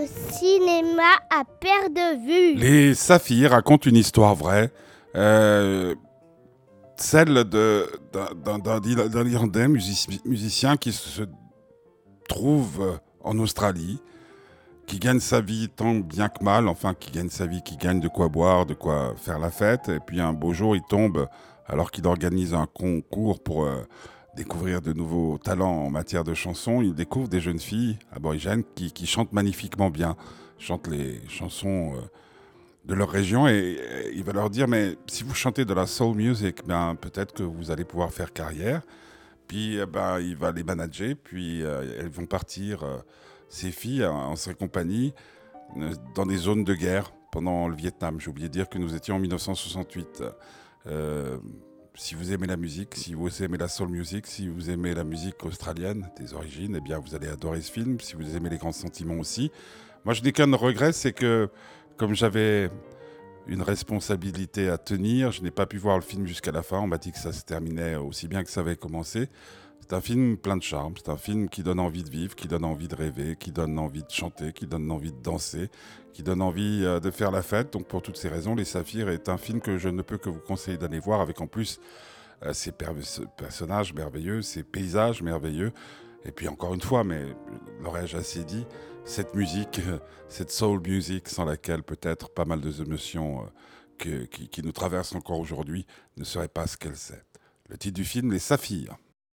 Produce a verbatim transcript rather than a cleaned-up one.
au cinéma à perte de vue. Les Saphirs racontent une histoire vraie, euh, celle de, d'un, d'un, d'un, d'un Irlandais musici- musicien qui se trouve en Australie, qui gagne sa vie tant bien que mal, enfin qui gagne sa vie, qui gagne de quoi boire, de quoi faire la fête, et puis un beau jour il tombe, alors qu'il organise un concours pour euh, découvrir de nouveaux talents en matière de chansons, il découvre des jeunes filles aborigènes qui, qui chantent magnifiquement bien, chantent les chansons euh, de leur région, et, et il va leur dire, mais si vous chantez de la soul music, ben, peut-être que vous allez pouvoir faire carrière. Puis eh ben, il va les manager, puis euh, elles vont partir, euh, ces filles, en, en sa compagnie, euh, dans des zones de guerre pendant le Vietnam. J'ai oublié de dire que nous étions en mille neuf cent soixante-huit. Euh, si vous aimez la musique, si vous aimez la soul music, si vous aimez la musique australienne des origines, eh bien vous allez adorer ce film. Si vous aimez les grands sentiments aussi. Moi, je n'ai qu'un regret, c'est que comme j'avais une responsabilité à tenir. Je n'ai pas pu voir le film jusqu'à la fin. On m'a dit que ça se terminait aussi bien que ça avait commencé. C'est un film plein de charme. C'est un film qui donne envie de vivre, qui donne envie de rêver, qui donne envie de chanter, qui donne envie de danser, qui donne envie euh, de faire la fête. Donc pour toutes ces raisons, Les Saphirs est un film que je ne peux que vous conseiller d'aller voir, avec en plus euh, ces per- personnages merveilleux, ces paysages merveilleux. Et puis encore une fois, mais l'aurais-je assez dit, cette musique, cette soul music sans laquelle peut-être pas mal de émotions euh, que- qui, qui nous traversent encore aujourd'hui ne seraient pas ce qu'elles sont. Le titre du film, Les Saphirs.